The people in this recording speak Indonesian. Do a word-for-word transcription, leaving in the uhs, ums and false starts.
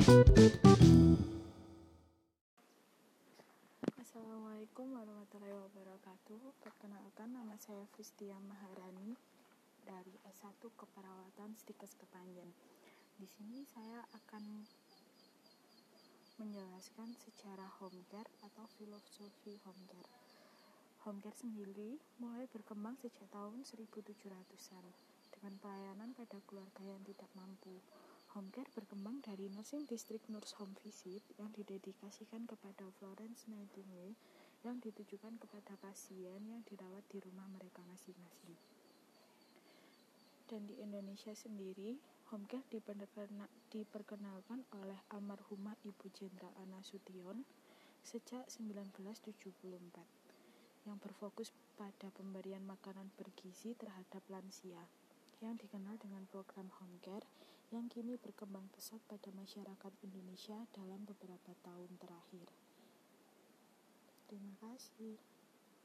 Assalamualaikum warahmatullahi wabarakatuh. Perkenalkan, nama saya Fristia Maharani dari S satu Keperawatan Stikes Kepanjen. Di sini saya akan menjelaskan secara home care atau filosofi home care. Home care sendiri mulai berkembang sejak tahun seribu tujuh ratusan dengan pelayanan pada keluarga yang tidak mampu. Home care berkembang dari nursing district nurse home visit yang didedikasikan kepada Florence Nightingale yang ditujukan kepada pasien yang dirawat di rumah mereka masing-masing. Dan di Indonesia sendiri, home care diperkenalkan oleh almarhumah Ibu Jenderal Anna Sution sejak seribu sembilan ratus tujuh puluh empat yang berfokus pada pemberian makanan bergizi terhadap lansia, yang dikenal dengan program home care yang kini berkembang pesat pada masyarakat Indonesia dalam beberapa tahun terakhir. Terima kasih.